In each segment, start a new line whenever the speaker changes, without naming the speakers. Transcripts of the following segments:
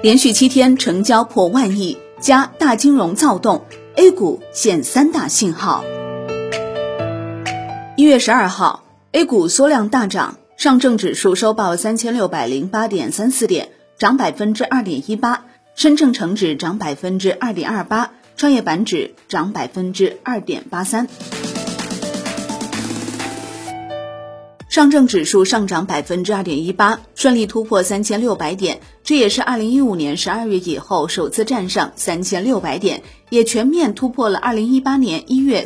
连续7天成交破万亿，加大金融躁动 ，A 股现3大信号。1月12号 ，A 股缩量大涨，上证指数收报3608.34点，涨2.18%，深证成指涨2.28%，创业板指涨2.83%。上证指数上涨2.18%，顺利突破3600点，这也是2015年12月以后首次站上3600点，也全面突破了2018年1月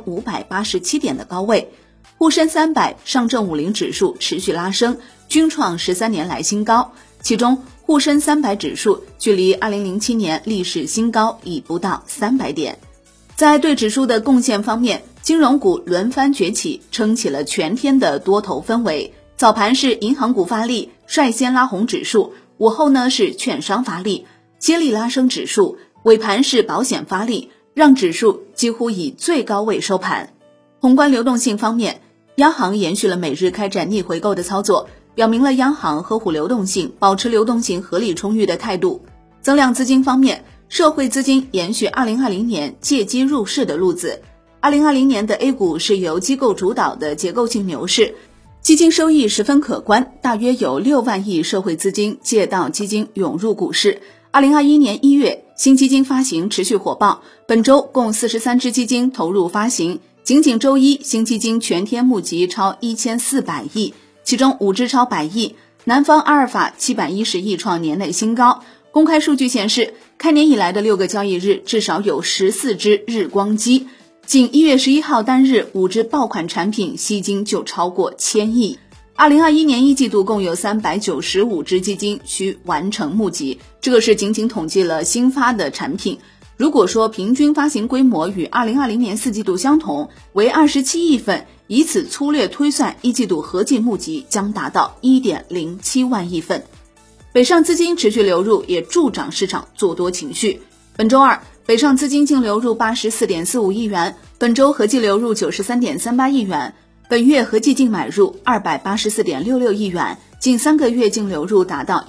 3587点的高位。沪深300、上证50指数持续拉升，均创13年来新高，其中沪深300指数距离2007年历史新高已不到300点。在对指数的贡献方面，金融股轮番崛起，撑起了全天的多头氛围。早盘是银行股发力，率先拉红指数；午后呢是券商发力，接力拉升指数；尾盘是保险发力，让指数几乎以最高位收盘。宏观流动性方面，央行延续了每日开展逆回购的操作，表明了央行呵护流动性、保持流动性合理充裕的态度。增量资金方面，社会资金延续2020年借机入市的路子。2020年的 A 股是由机构主导的结构性牛市，基金收益十分可观，大约有6万亿社会资金借道基金涌入股市。2021年1月，新基金发行持续火爆，本周共43只基金投入发行，仅周一新基金全天募集超1400亿，其中5只超100亿，南方阿尔法710亿创年内新高。公开数据显示，开年以来的6个交易日至少有14只日光机，仅1月11号单日5只爆款产品吸金就超过1000亿。2021年1季度共有395只基金需完成募集，这个是仅统计了新发的产品。如果说平均发行规模与2020年4季度相同，为27亿份，以此粗略推算，1季度合计募集将达到 1.07 万亿份。北上资金持续流入，也助长市场做多情绪。本周二，北上资金净流入 84.45 亿元，本周合计流入 93.38 亿元，本月合计净买入 284.66 亿元，近3个月净流入达到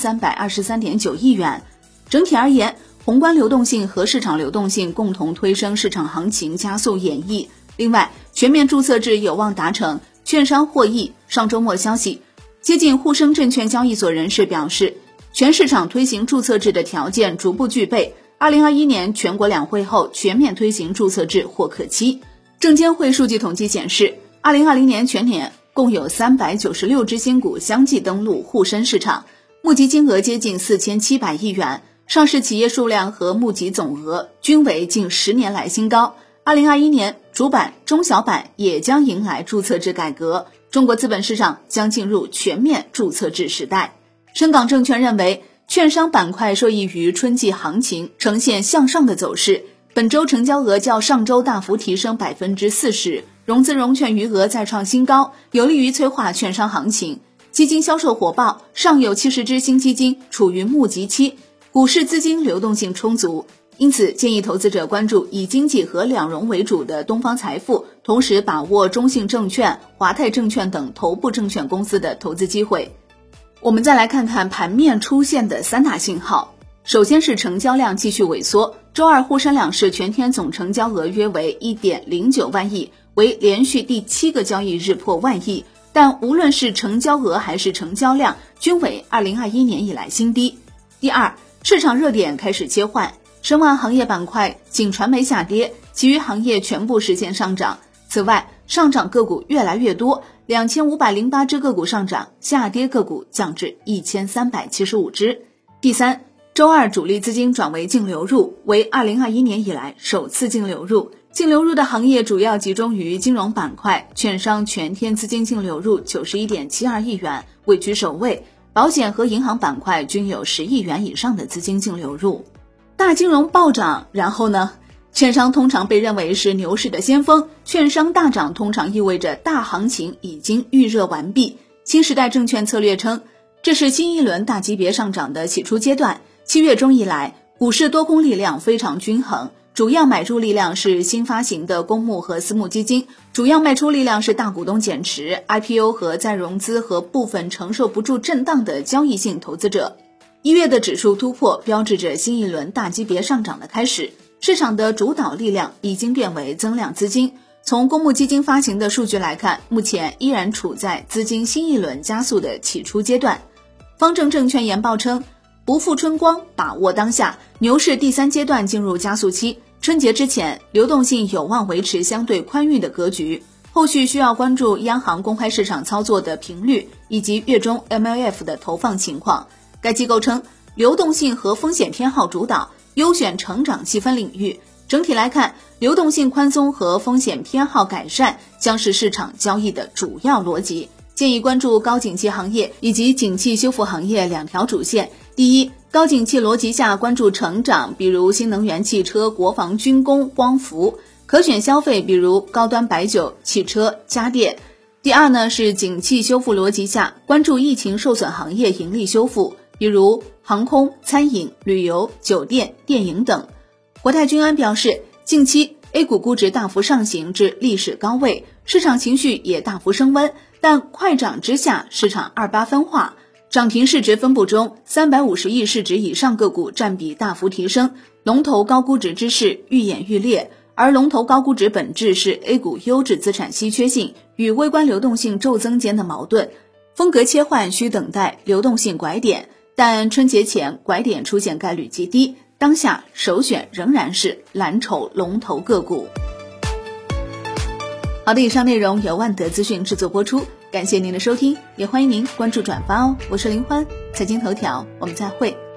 1323.9 亿元。整体而言，宏观流动性和市场流动性共同推升市场行情，加速演绎。另外，全面注册制有望达成，券商获益。上周末消息，接近沪深证券交易所人士表示，全市场推行注册制的条件逐步具备，2021年全国两会后全面推行注册制或可期。证监会数据统计显示，2020年全年共有396只新股相继登陆沪深市场，募集金额接近4700亿元，上市企业数量和募集总额均为近10年来新高。2021年主板、中小板也将迎来注册制改革，中国资本市场将进入全面注册制时代。深港证券认为，券商板块受益于春季行情呈现向上的走势，本周成交额较上周大幅提升 40%， 融资融券余额再创新高，有利于催化券商行情。基金销售火爆，尚有70只新基金处于募集期，股市资金流动性充足，因此建议投资者关注以经济和两融为主的东方财富，同时把握中信证券、华泰证券等头部证券公司的投资机会。我们再来看看盘面出现的3大信号。首先是成交量继续萎缩，周二沪深两市全天总成交额约为 1.09 万亿，为连续第7个交易日破万亿，但无论是成交额还是成交量均为2021年以来新低。第二，市场热点开始切换，申万行业板块仅传媒下跌，其余行业全部实现上涨。此外，上涨个股越来越多，2508只个股上涨，下跌个股降至1375只。第三，周二主力资金转为净流入，为2021年以来首次净流入。净流入的行业主要集中于金融板块，券商全天资金净流入 91.72 亿元，位居首位，保险和银行板块均有10亿元以上的资金净流入。大金融暴涨，然后呢？券商通常被认为是牛市的先锋，券商大涨通常意味着大行情已经预热完毕。新时代证券策略称，这是新一轮大级别上涨的起初阶段。7月中以来，股市多空力量非常均衡，主要买入力量是新发行的公募和私募基金，主要卖出力量是大股东减持、IPO 和再融资和部分承受不住震荡的交易性投资者。 1月的指数突破标志着新一轮大级别上涨的开始，市场的主导力量已经变为增量资金。从公募基金发行的数据来看，目前依然处在资金新一轮加速的起初阶段。方正证券研报称，不负春光，把握当下，牛市第3阶段进入加速期，春节之前流动性有望维持相对宽裕的格局，后续需要关注央行公开市场操作的频率以及月中 MLF 的投放情况。该机构称，流动性和风险偏好主导，优选成长细分领域。整体来看，流动性宽松和风险偏好改善将是市场交易的主要逻辑。建议关注高景气行业以及景气修复行业2条主线。第一，高景气逻辑下关注成长，比如新能源汽车、国防军工、光伏；可选消费，比如高端白酒、汽车、家电。第二呢，是景气修复逻辑下关注疫情受损行业盈利修复，比如航空、餐饮、旅游、酒店、电影等。国泰君安表示，近期 A 股估值大幅上行至历史高位，市场情绪也大幅升温，但快涨之下，市场28分化。涨停市值分布中，350亿市值以上个股占比大幅提升，龙头高估值之势愈演愈烈。而龙头高估值本质是 A 股优质资产稀缺性与微观流动性骤增间的矛盾，风格切换需等待流动性拐点，但春节前拐点出现概率极低。当下首选仍然是蓝筹龙头个股。好的，以上内容由万德资讯制作播出，感谢您的收听，也欢迎您关注转发哦。我是林欢，财经头条，我们再会。